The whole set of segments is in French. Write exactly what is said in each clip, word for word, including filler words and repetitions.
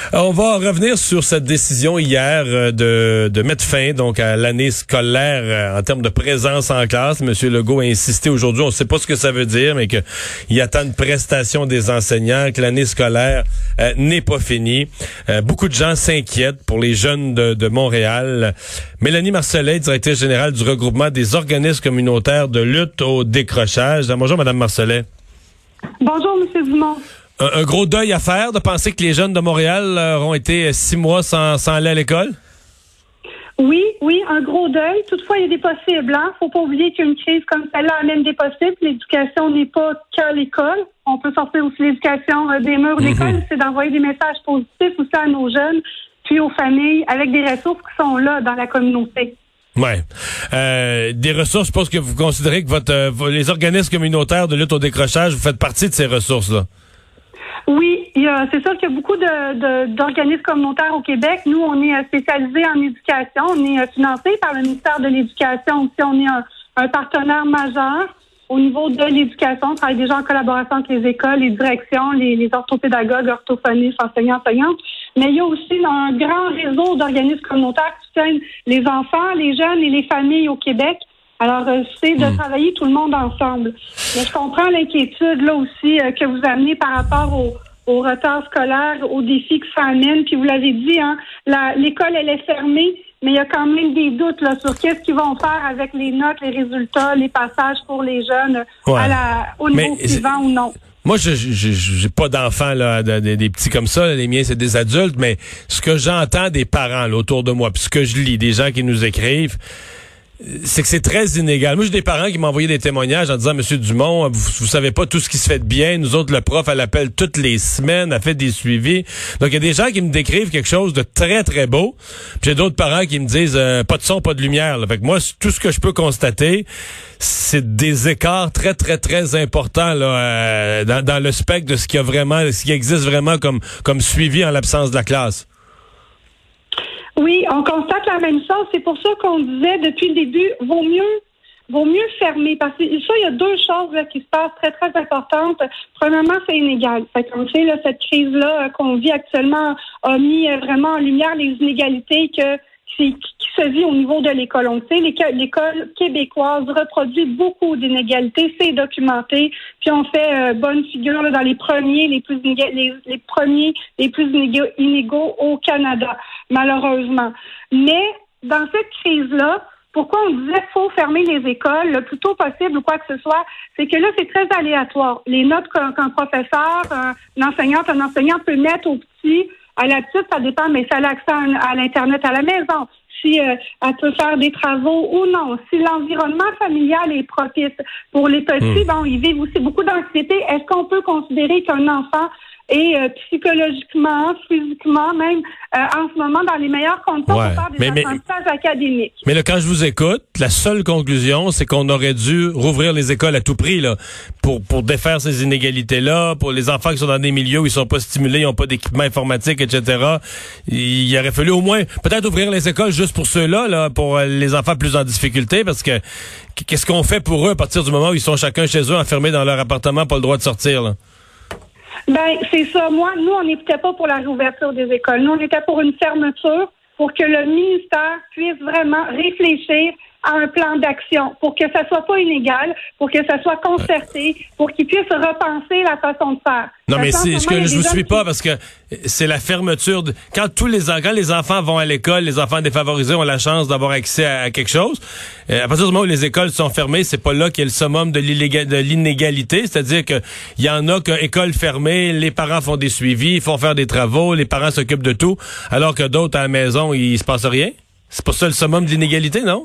On va revenir sur cette décision hier euh, de, de mettre fin donc à l'année scolaire euh, en termes de présence en classe. Monsieur Legault a insisté aujourd'hui, on ne sait pas ce que ça veut dire, mais qu'il attend une prestation des enseignants, que l'année scolaire euh, n'est pas finie. Euh, beaucoup de gens s'inquiètent pour les jeunes de, de Montréal. Mélanie Marcellet, directrice générale du regroupement des organismes communautaires de lutte au décrochage. Bonjour, Madame Marcellet. Bonjour, Monsieur Dumont. Un, un gros deuil à faire de penser que les jeunes de Montréal euh, auront été six mois sans, sans aller à l'école? Oui, oui, un gros deuil. Toutefois, il y a des possibles. Hein? Faut pas oublier qu'une crise comme celle-là amène des possibles. L'éducation n'est pas qu'à l'école. On peut sortir aussi l'éducation euh, des murs de l'école. Mm-hmm. C'est d'envoyer des messages positifs aussi à nos jeunes, puis aux familles, avec des ressources qui sont là dans la communauté. Ouais. Euh, des ressources, je pense que vous considérez que votre euh, les organismes communautaires de lutte au décrochage, vous faites partie de ces ressources-là. Oui, il y a, c'est sûr qu'il y a beaucoup de, de, d'organismes communautaires au Québec. Nous, on est spécialisés en éducation. On est financé par le ministère de l'Éducation aussi. On est un, un partenaire majeur au niveau de l'éducation. On travaille déjà en collaboration avec les écoles, les directions, les, les orthopédagogues, orthophonistes, enseignants, enseignantes. Mais il y a aussi un grand réseau d'organismes communautaires qui soutiennent les enfants, les jeunes et les familles au Québec. Alors, euh, c'est de mmh. travailler tout le monde ensemble. Mais je comprends l'inquiétude là aussi euh, que vous amenez par rapport au, au retard scolaire, aux défis que ça amène. Puis vous l'avez dit, hein, la, l'école, elle est fermée, mais il y a quand même des doutes là sur qu'est-ce qu'ils vont faire avec les notes, les résultats, les passages pour les jeunes ouais. à la, au niveau mais suivant ou non. Moi, je j'ai pas d'enfants là, de, de, des petits comme ça. Là, les miens, c'est des adultes. Mais ce que j'entends des parents là, autour de moi, puis ce que je lis, des gens qui nous écrivent, c'est que c'est très inégal. Moi, j'ai des parents qui m'ont envoyé des témoignages en disant, Monsieur Dumont, vous, vous savez pas tout ce qui se fait de bien. Nous autres, le prof, elle appelle toutes les semaines, elle fait des suivis. Donc, il y a des gens qui me décrivent quelque chose de très, très beau. Puis j'ai d'autres parents qui me disent, euh, pas de son, pas de lumière. Là. Fait que moi, tout ce que je peux constater, c'est des écarts très, très, très importants là, euh, dans, dans le spectre de ce qu'il y a vraiment, ce qui existe vraiment comme, comme suivi en l'absence de la classe. Oui, on constate la même chose. C'est pour ça qu'on disait depuis le début, vaut mieux, vaut mieux fermer. Parce que ça, il y a deux choses là, qui se passent très, très importantes. Premièrement, c'est inégal. Fait qu'on sait, là, cette crise-là qu'on vit actuellement a mis vraiment en lumière les inégalités que qui, qui se vit au niveau de l'école. On sait, l'école québécoise reproduit beaucoup d'inégalités, c'est documenté. Puis on fait euh, bonne figure là, dans les premiers, les plus les, les premiers, les plus inégaux au Canada, malheureusement. Mais dans cette crise-là, pourquoi on disait qu'il faut fermer les écoles le plus tôt possible ou quoi que ce soit, c'est que là, c'est très aléatoire. Les notes qu'un, qu'un professeur, un, une enseignante, un enseignant peut mettre aux petits, à la petite, ça dépend, mais si elle a accès à, à l'Internet à la maison, si euh, elle peut faire des travaux ou non, si l'environnement familial est propice pour les petits, mmh. bon, ils vivent aussi beaucoup d'anxiété. Est-ce qu'on peut considérer qu'un enfant est euh, psychologiquement, physiquement, même euh, en ce moment dans les meilleures conditions ouais. pour faire des mais, apprentissages mais, académiques? Mais là, quand je vous écoute, la seule conclusion, c'est qu'on aurait dû rouvrir les écoles à tout prix là, pour pour défaire ces inégalités-là, pour les enfants qui sont dans des milieux où ils sont pas stimulés, ils n'ont pas d'équipement informatique, et cetera. Il aurait fallu au moins peut-être ouvrir les écoles juste pour ceux-là, là, pour les enfants plus en difficulté, parce que qu'est-ce qu'on fait pour eux à partir du moment où ils sont chacun chez eux, enfermés dans leur appartement, pas le droit de sortir, là? Ben, c'est ça. Moi, nous, on n'était pas pour la réouverture des écoles. Nous, on était pour une fermeture pour que le ministère puisse vraiment réfléchir à un plan d'action pour que ça soit pas inégal, pour que ça soit concerté, pour qu'ils puissent repenser la façon de faire. Non, mais c'est ce que je vous suis qui... pas parce que c'est la fermeture de... quand tous les quand les enfants vont à l'école, les enfants défavorisés ont la chance d'avoir accès à, à quelque chose. Euh, à partir du moment où les écoles sont fermées, c'est pas là qu'il y a le summum de, de l'inégalité, c'est-à-dire que il y en a qu'école fermée, les parents font des suivis, ils font faire des travaux, les parents s'occupent de tout, alors que d'autres à la maison, il se passe rien. C'est pas ça le summum de l'inégalité, non?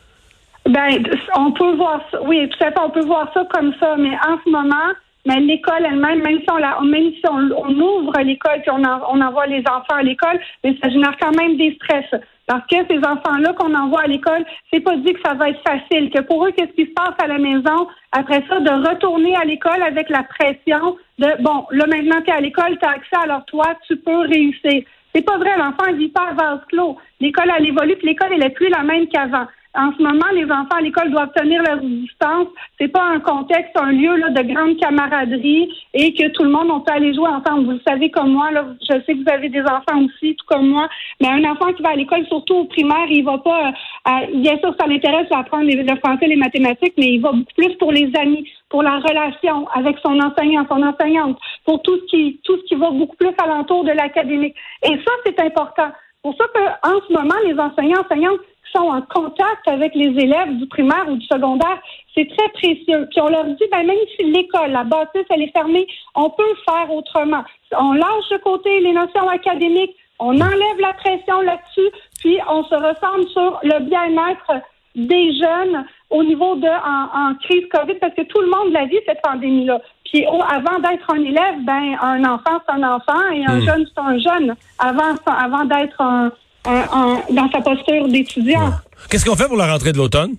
Ben, on peut voir ça. Oui, tout à fait, on peut voir ça comme ça, mais en ce moment, mais l'école elle-même, même si on la, même si on, on ouvre l'école puis on, en, on envoie les enfants à l'école, mais ça génère quand même des stress. Parce que ces enfants-là qu'on envoie à l'école, c'est pas dit que ça va être facile. Que pour eux, qu'est-ce qui se passe à la maison? Après ça, de retourner à l'école avec la pression de, bon, là maintenant t'es à l'école, t'as accès, alors toi, tu peux réussir. C'est pas vrai, l'enfant, il vit pas à vase clos. L'école, elle évolue, puis l'école, elle est plus la même qu'avant. En ce moment, les enfants à l'école doivent tenir leur distance. C'est pas un contexte, un lieu là, de grande camaraderie et que tout le monde, on peut aller jouer ensemble. Vous le savez comme moi, là, je sais que vous avez des enfants aussi, tout comme moi, mais un enfant qui va à l'école, surtout au primaire, il va pas... Euh, à, bien sûr, ça l'intéresse d'apprendre les, le français, les mathématiques, mais il va beaucoup plus pour les amis, pour la relation avec son enseignant, son enseignante, pour tout ce qui tout ce qui va beaucoup plus alentour de l'académique. Et ça, c'est important. C'est pour ça qu'en ce moment, les enseignants, enseignantes qui sont en contact avec les élèves du primaire ou du secondaire, c'est très précieux. Puis on leur dit, ben même si l'école, la bâtisse, elle est fermée, on peut faire autrement. On lâche de côté les notions académiques, on enlève la pression là-dessus, puis on se ressemble sur le bien-être des jeunes au niveau de en, en crise COVID, parce que tout le monde l'a vu, cette pandémie-là. Puis oh, avant d'être un élève, ben un enfant, c'est un enfant, et un mmh. jeune, c'est un jeune, avant, avant d'être un, un, un, dans sa posture d'étudiant. Ouais. Qu'est-ce qu'on fait pour la rentrée de l'automne?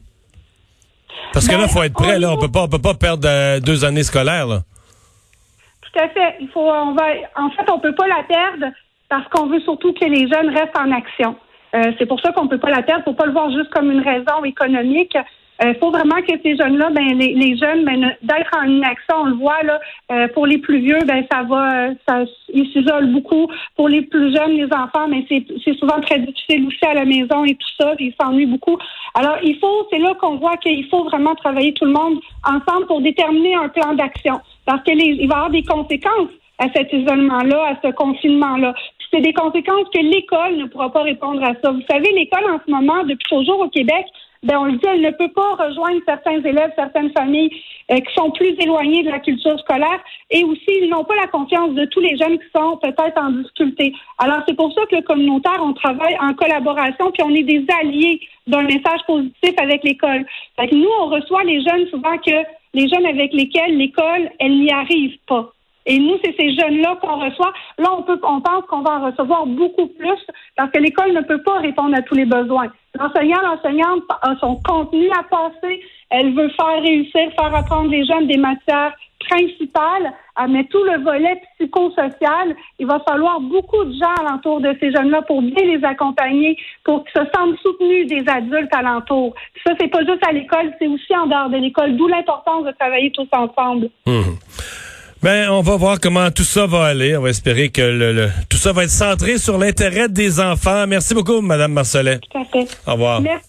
Parce ben, que là, il faut être prêt, là. On peut pas, on peut pas perdre euh, deux années scolaires, là. Tout à fait. Il faut, on va, en fait, on peut pas la perdre parce qu'on veut surtout que les jeunes restent en action. Euh, c'est pour ça qu'on peut pas la perdre. Faut pas le voir juste comme une raison économique. Il euh, faut vraiment que ces jeunes-là, ben les, les jeunes, ben d'être en inaction, on le voit là. Euh, pour les plus vieux, ben ça va, ça ils s'isolent beaucoup. Pour les plus jeunes, les enfants, ben c'est c'est souvent très difficile aussi à la maison et tout ça. Ils s'ennuient beaucoup. Alors il faut, c'est là qu'on voit qu'il faut vraiment travailler tout le monde ensemble pour déterminer un plan d'action, parce que les, il va y avoir des conséquences à cet isolement-là, à ce confinement-là. Puis c'est des conséquences que l'école ne pourra pas répondre à ça. Vous savez, l'école en ce moment, depuis toujours au Québec, ben on le dit, elle ne peut pas rejoindre certains élèves, certaines familles euh, qui sont plus éloignées de la culture scolaire, et aussi ils n'ont pas la confiance de tous les jeunes qui sont peut-être en difficulté. Alors c'est pour ça que le communautaire, on travaille en collaboration, puis on est des alliés d'un message positif avec l'école. Fait que nous, on reçoit les jeunes souvent que les jeunes avec lesquels l'école, elle n'y arrive pas. Et nous, c'est ces jeunes-là qu'on reçoit. Là, on peut, on pense qu'on va en recevoir beaucoup plus parce que l'école ne peut pas répondre à tous les besoins. L'enseignant, l'enseignante a son contenu à passer. Elle veut faire réussir, faire apprendre les jeunes des matières principales, mais tout le volet psychosocial, il va falloir beaucoup de gens alentour de ces jeunes-là pour bien les accompagner, pour qu'ils se sentent soutenus des adultes alentour. Puis ça, c'est pas juste à l'école, c'est aussi en dehors de l'école, d'où l'importance de travailler tous ensemble. Mmh. Ben, on va voir comment tout ça va aller. On va espérer que le, le, tout ça va être centré sur l'intérêt des enfants. Merci beaucoup, Mme Marcellet. Tout à fait. Au revoir. Merci.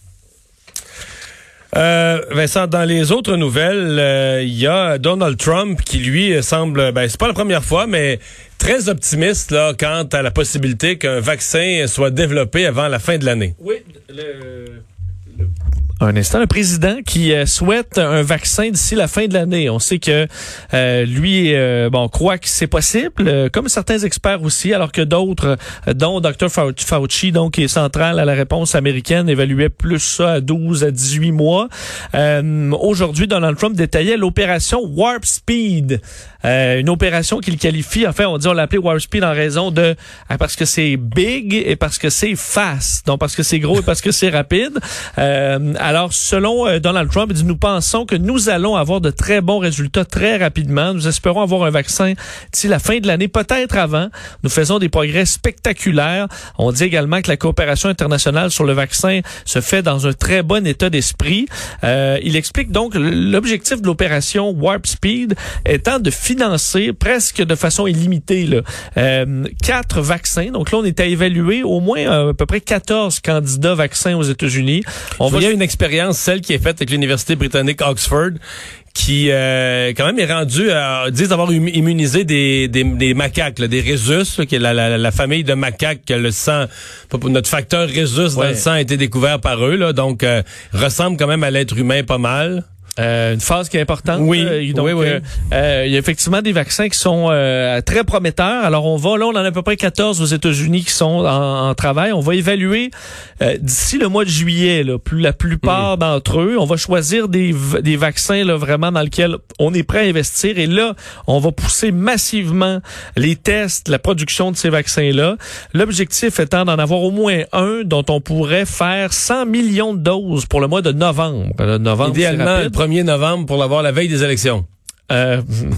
Euh, Vincent, dans les autres nouvelles, il euh, y a Donald Trump qui, lui, semble, ben, c'est pas la première fois, mais très optimiste là quant à la possibilité qu'un vaccin soit développé avant la fin de l'année. Oui, le... Un instant, un président qui euh, souhaite un vaccin d'ici la fin de l'année. On sait que euh, lui, euh, bon, croit que c'est possible, euh, comme certains experts aussi, alors que d'autres, euh, dont docteur Fauci, donc qui est central à la réponse américaine, évaluait plus ça à douze à dix-huit mois. Euh, aujourd'hui, Donald Trump détaillait l'opération Warp Speed, euh, une opération qu'il qualifie, enfin, on dit on l'appelait Warp Speed en raison de parce que c'est big et parce que c'est fast, donc parce que c'est gros et parce que c'est rapide. Euh, Alors, selon euh, Donald Trump, il dit, nous pensons que nous allons avoir de très bons résultats très rapidement. Nous espérons avoir un vaccin d'ici la fin de l'année, peut-être avant. Nous faisons des progrès spectaculaires. On dit également que la coopération internationale sur le vaccin se fait dans un très bon état d'esprit. Euh, il explique donc l'objectif de l'opération Warp Speed étant de financer presque de façon illimitée là, euh, quatre vaccins. Donc là, on est à évaluer au moins euh, à peu près quatorze candidats vaccins aux États-Unis. On va... Il y a une expérience, celle qui est faite avec l'université britannique Oxford, qui euh, quand même est rendue, euh, disent avoir immunisé des, des, des macaques, là, des rhésus, là, qui est la, la, la famille de macaques que le sang, notre facteur rhésus ouais. dans le sang a été découvert par eux, là, donc euh, ressemble quand même à l'être humain pas mal. Euh, une phase qui est importante. Oui, euh, donc, oui, oui. Euh, euh, il y a effectivement des vaccins qui sont euh, très prometteurs. Alors, on va, là, on en a à peu près quatorze aux États-Unis qui sont en, en travail. On va évaluer euh, d'ici le mois de juillet, là, plus, la plupart mmh. d'entre eux. On va choisir des, des vaccins là, vraiment dans lesquels on est prêt à investir. Et là, on va pousser massivement les tests, la production de ces vaccins-là. L'objectif étant d'en avoir au moins un dont on pourrait faire cent millions de doses pour le mois de novembre. Le novembre, idéalement, le premier novembre pour l'avoir la veille des élections. Euh,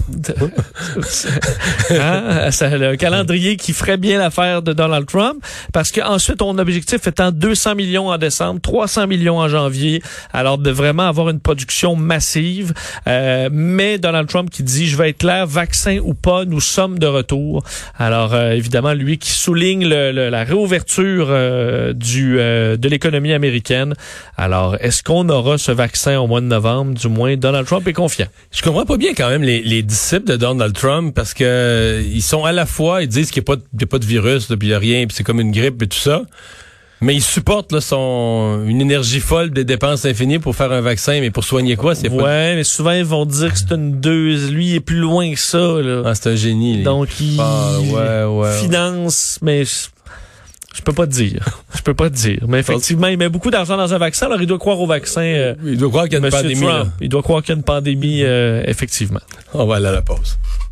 hein, ça, le calendrier qui ferait bien l'affaire de Donald Trump, parce qu'ensuite, ton objectif étant deux cents millions en décembre, trois cents millions en janvier, alors de vraiment avoir une production massive. Euh, mais Donald Trump qui dit, je vais être clair, vaccin ou pas, nous sommes de retour. Alors, euh, évidemment, lui qui souligne le, le, la réouverture euh, du euh, de l'économie américaine. Alors, est-ce qu'on aura ce vaccin au mois de novembre? Du moins, Donald Trump est confiant. Je comprends pas bien quand même les, les disciples de Donald Trump, parce que euh, ils sont à la fois, ils disent qu'il n'y a, a pas de virus, puis il n'y a rien, puis c'est comme une grippe et tout ça, mais ils supportent là, son, une énergie folle, des dépenses infinies pour faire un vaccin, mais pour soigner quoi? C'est ouais, pas... mais souvent ils vont dire que c'est une deux, lui il est plus loin que ça. Là. Ah, c'est un génie. Donc il ah, ouais, ouais, finance, mais... Je peux pas te dire. Je peux pas te dire. Mais effectivement, il met beaucoup d'argent dans un vaccin, alors il doit croire au vaccin. Euh, il doit croire qu'il y a une Monsieur pandémie. Trump, il doit croire qu'il y a une pandémie, euh, effectivement. On va aller à la pause.